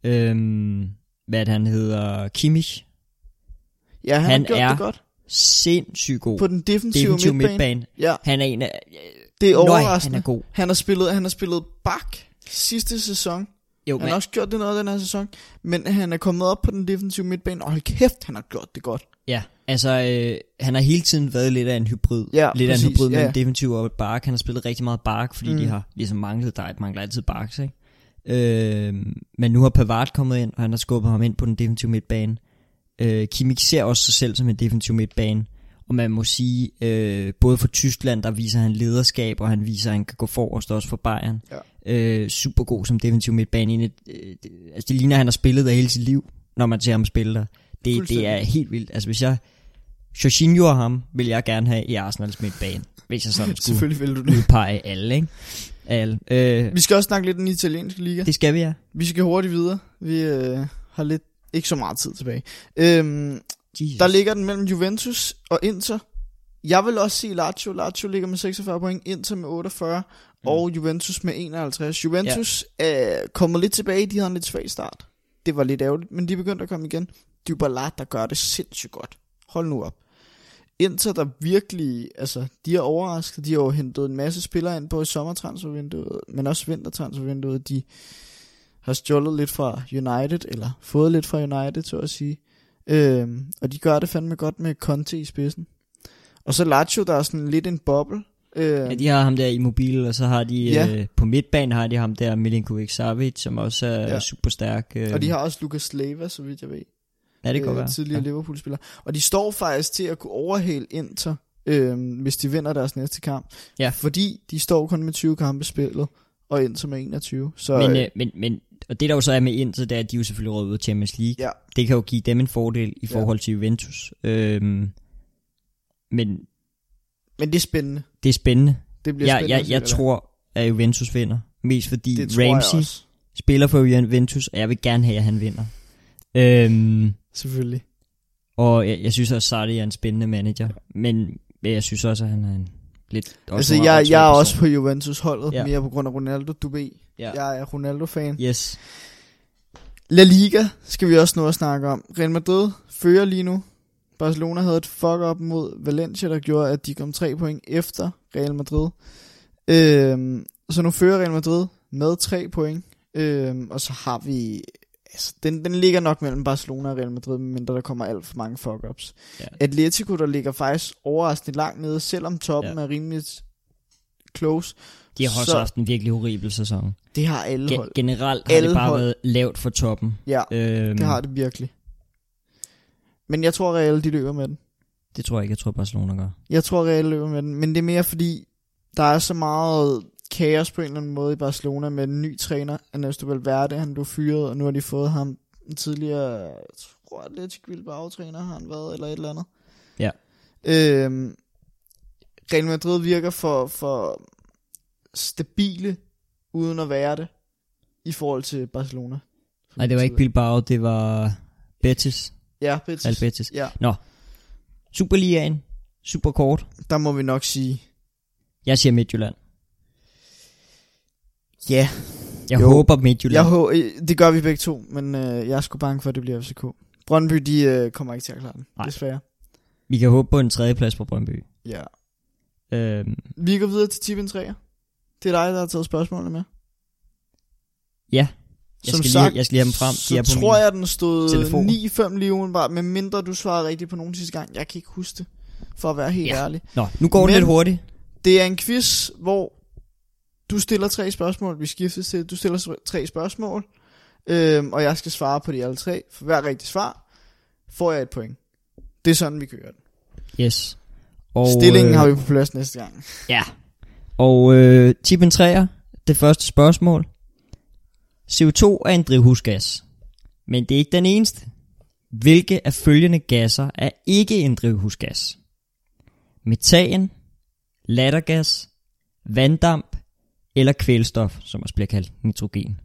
Hvad det, han hedder? Kimmich. Ja, han har gjort det godt. Sindssygt god. På den defensive midtbane. Ja. Han er en af... Det er overraskende. Han er god. Han har spillet bak sidste sæson. Jo, han har også gjort det noget den her sæson. Men han er kommet op på den defensive midtbane. Og hold kæft, han har gjort det godt. Ja, altså han har hele tiden været lidt af en hybrid. Ja, lidt præcis, af en hybrid med en defensiv og et bark. Han har spillet rigtig meget bark, fordi de har ligesom mangler altid barks, ikke? Men nu har Pavard kommet ind, og han har skubbet ham ind på den defensive midtbane. Kimmich ser også sig selv som en defensiv midtbane. Og man må sige, både for Tyskland, der viser han lederskab, og han viser, at han kan gå forrest også for Bayern. Ja. Super god som defensiv midtbane. Altså det ligner, han har spillet der hele sit liv, når man ser ham spille der. Det er helt vildt. Altså hvis jeg Jorginho og ham vil jeg gerne have i Arsenals midtbane, hvis jeg sådan skulle udpege alle, ikke? Alle. Vi skal også snakke lidt om den italienske liga. Det skal vi, ja. Vi skal hurtigt videre. Vi har lidt ikke så meget tid tilbage. Der ligger den mellem Juventus og Inter. Jeg vil også sige Lazio. Lazio ligger med 46 point, Inter med 48 og Juventus med 51. Juventus er kommet lidt tilbage. De havde en lidt svag start. Det var lidt ærgerligt, men de begyndte at komme igen. Dybala, der gør det sindssygt godt. Hold nu op. Inter, der virkelig, altså, de er overrasket. De har jo hentet en masse spillere ind på i sommertransfervinduet, men også vintertransfervinduet. De har stjålet lidt fra United, eller fået lidt fra United, så at sige. Og de gør det fandme godt med Conte i spidsen. Og så Lazio, der er sådan lidt en boble. Ja, de har ham der Immobile, og så har de på midtbanen har de ham der Milinkovic-Savic, som også er super stærk. Og de har også Lucas Leiva, så vidt jeg ved. Ja, det kan være. Tidligere Liverpool-spiller. Og de står faktisk til at kunne overhale Inter, hvis de vinder deres næste kamp. Ja. Fordi de står kun med 20 kampe spillet, og Inter med 21. Så, men og det der jo så er med Inter, det er, at de jo selvfølgelig råd ud af Champions League. Ja. Det kan jo give dem en fordel i forhold til Juventus. Men det er spændende. Det er spændende. Det bliver spændende. Jeg tror, at Juventus vinder. Mest fordi Ramsey spiller for Juventus, og jeg vil gerne have, at han vinder. Selvfølgelig. Og jeg synes også, at Sarri er en spændende manager. Men jeg synes også, at han er en lidt... Altså, jeg er også på Juventus-holdet, mere på grund af Ronaldo, du ved. Ja. Jeg er Ronaldo-fan. Yes. La Liga skal vi også nå at snakke om. Real Madrid fører lige nu Barcelona havde et fuck-up mod Valencia, der gjorde, at de kom 3 point efter Real Madrid. Så nu fører Real Madrid med 3 point. Og så har vi... Altså, den ligger nok mellem Barcelona og Real Madrid, mindre der kommer alt for mange fuck-ups. Ja. Atletico, der ligger faktisk overraskende langt nede, selvom toppen er rimelig close. De har også haft en virkelig horribel sæson. Det har alle hold. Generelt har det bare været lavt for toppen. Ja, det har det virkelig. Men jeg tror, Real de løber med den. Det tror jeg ikke, jeg tror Barcelona gør. Jeg tror, Real løber med den, men det er mere fordi, der er så meget kaos på en eller anden måde i Barcelona med en ny træner, Ernesto Valverde, han blev fyret, og nu har de fået ham en tidligere, jeg tror Athletic Bilbao-træner har han været, eller et eller andet. Ja. Real Madrid virker for stabile, uden at være det, i forhold til Barcelona. Nej, det var ikke Bilbao, det var Betis. Ja, Betis. Real Betis. Ja. Nå, Superligaen, super kort. Der må vi nok sige... Jeg siger Midtjylland. Ja. Jeg håber Midtjylland. Det gør vi begge to, men jeg er sgu bange for, at det bliver FCK. Brøndby, de kommer ikke til at klare den, desværre. Vi kan håbe på en 3. plads på Brøndby. Ja. Vi går videre til Tippen 3'er. Det er dig, der har taget spørgsmålene med. Ja. Jeg skal lige have dem frem. Så tror jeg, den stod 9-5 lige umiddelbart, med mindre du svarede rigtigt på nogen sidste gang. Jeg kan ikke huske det, for at være helt ærlig. Nå, nu går det lidt hurtigt. Det er en quiz, hvor du stiller 3 spørgsmål. Vi skiftes til, du stiller 3 spørgsmål, og jeg skal svare på de alle 3. For hver rigtig svar får jeg et point. Det er sådan, vi kører den. Yes. Og stillingen har vi på plads næste gang. Ja. Og Tippen 3'er, det første spørgsmål. CO2 er en drivhusgas, men det er ikke den eneste. Hvilke af følgende gasser er ikke en drivhusgas? Metan, lattergas, vanddamp eller kvælstof, som også bliver kaldt nitrogen?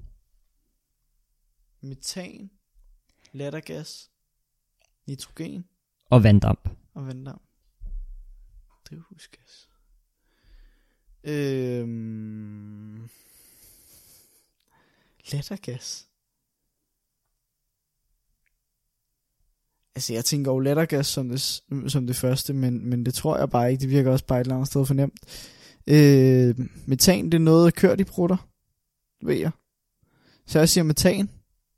Metan, lattergas, nitrogen og vanddamp. Drivhusgas. Lattergas. Altså jeg tænker jo lattergas som det første, men det tror jeg bare ikke. Det virker også bare et eller andet sted for nemt. Metan, det er noget kørt i prutter, ved jeg. Så jeg siger metan.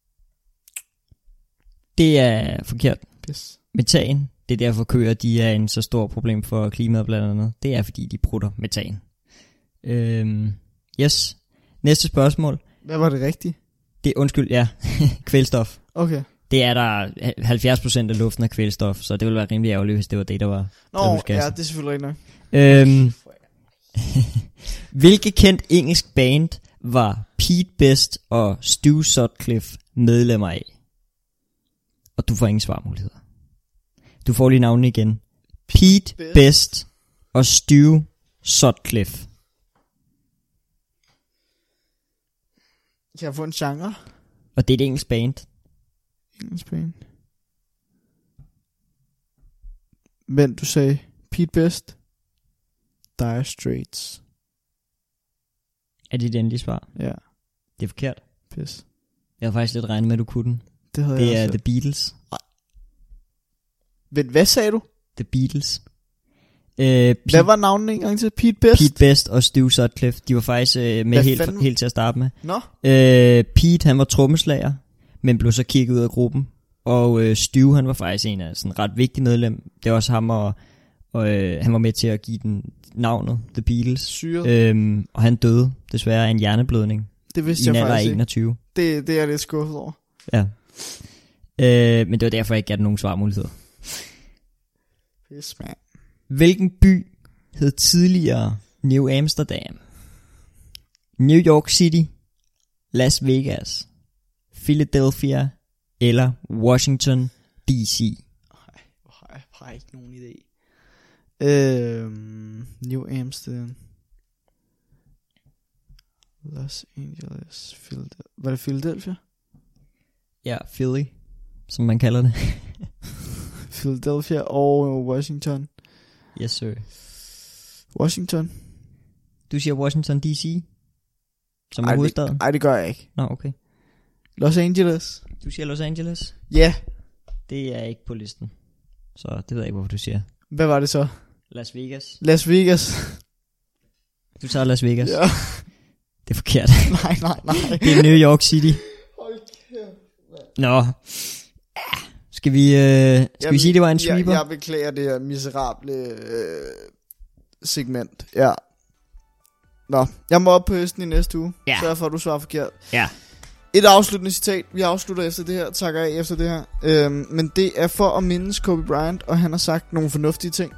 Det er forkert. Yes. Metan, det er derfor køer, de er en så stor problem for klimaet blandt andet. Det er fordi de prutter metan. Yes. Næste spørgsmål. Hvad var det rigtige? Kvælstof. Okay. Det er der 70% af luften af kvælstof, så det ville være rimelig ærgerligt, hvis det var det, der var ja, det er selvfølgelig ikke nok. Hvilket kendt engelsk band var Pete Best og Stu Sutcliffe medlemmer af? Og du får ingen svarmuligheder. Du får lige navnene igen. Pete Best og Stu Sutcliffe. Kan jeg få en genre? Og det er et engelsk band. Men du sagde Pete Best, Dire Straits. Er det endelige svar? Ja. Det er forkert. Pis. Jeg har faktisk lidt regnet med, at du kunne den. Det er The Beatles. Men hvad sagde du? The Beatles. Hvad var navnet en gang til? Pete Best? Pete Best og Stu Sutcliffe. De var faktisk med helt til at starte med. Nå? Pete, han var trommeslager, men blev så kigget ud af gruppen. Og Stu, han var faktisk en af sådan ret vigtig medlem. Det var også ham, og han var med til at give den navnet, The Beatles. Og han døde desværre af en hjerneblødning. Det vidste jeg faktisk ikke. 21. Det er jeg lidt skuffet over. Ja. Men det var derfor, jeg ikke gav nogen svarmuligheder. Pis, man. Hvilken by hed tidligere New Amsterdam? New York City, Las Vegas, Philadelphia eller Washington D.C.? Jeg har ikke nogen idé. New Amsterdam, Los Angeles, Philadelphia. Var det Philadelphia? Ja, Philly, som man kalder det. Philadelphia og Washington. Yes, sir. Washington. Du siger Washington D.C. som er hovedstaden? Nej, det gør jeg ikke. Nå, okay. Los Angeles. Du siger Los Angeles? Ja. Det er ikke på listen. Så det ved jeg ikke, hvorfor du siger. Hvad var det så? Las Vegas. Las Vegas. Du tager Las Vegas. Ja. Det er forkert. Nej. Det er New York City. Hold kæft. Nå. Skal vi sige, det var en sweeper? Jeg beklager det her miserable segment. Ja. Nå, jeg må op på hesten i næste uge. Ja. Sørg for, at du svarer forkert. Ja. Et afsluttende citat. Vi afslutter efter det her. Takker af efter det her. Men det er for at mindes Kobe Bryant, og han har sagt nogle fornuftige ting.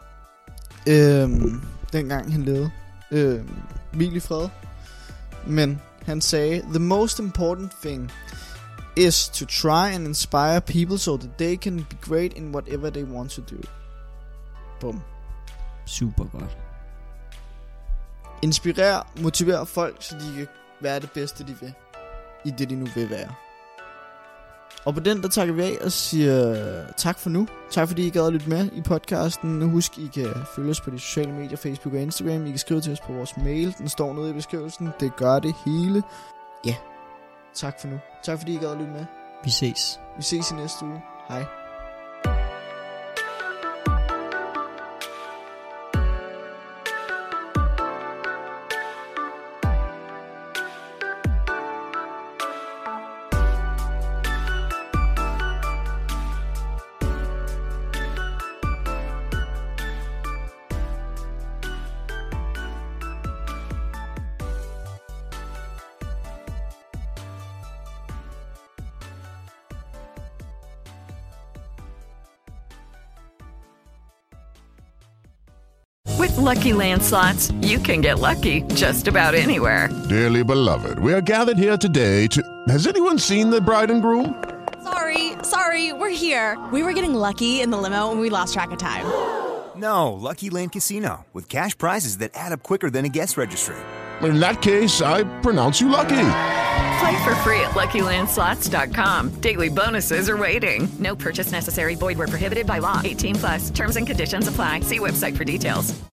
Dengang han levede. Hvil i fred. Men han sagde, the most important thing is to try and inspire people so that they can be great in whatever they want to do. Bum. Super godt. Inspirer, motiver folk, så de kan være det bedste, de vil. I det, de nu vil være. Og på den, der takker vi af og siger tak for nu. Tak fordi I gad at lytte med i podcasten. Husk, I kan følge os på de sociale medier, Facebook og Instagram. I kan skrive til os på vores mail. Den står nede i beskrivelsen. Det gør det hele. Ja, tak for nu. Tak fordi I gad at lytte med. Vi ses. Vi ses i næste uge. Hej. With Lucky Land Slots, you can get lucky just about anywhere. Dearly beloved, we are gathered here today to... Has anyone seen the bride and groom? Sorry, we're here. We were getting lucky in the limo and we lost track of time. No, Lucky Land Casino, with cash prizes that add up quicker than a guest registry. In that case, I pronounce you lucky. Play for free at LuckyLandSlots.com. Daily bonuses are waiting. No purchase necessary. Void where prohibited by law. 18+. Terms and conditions apply. See website for details.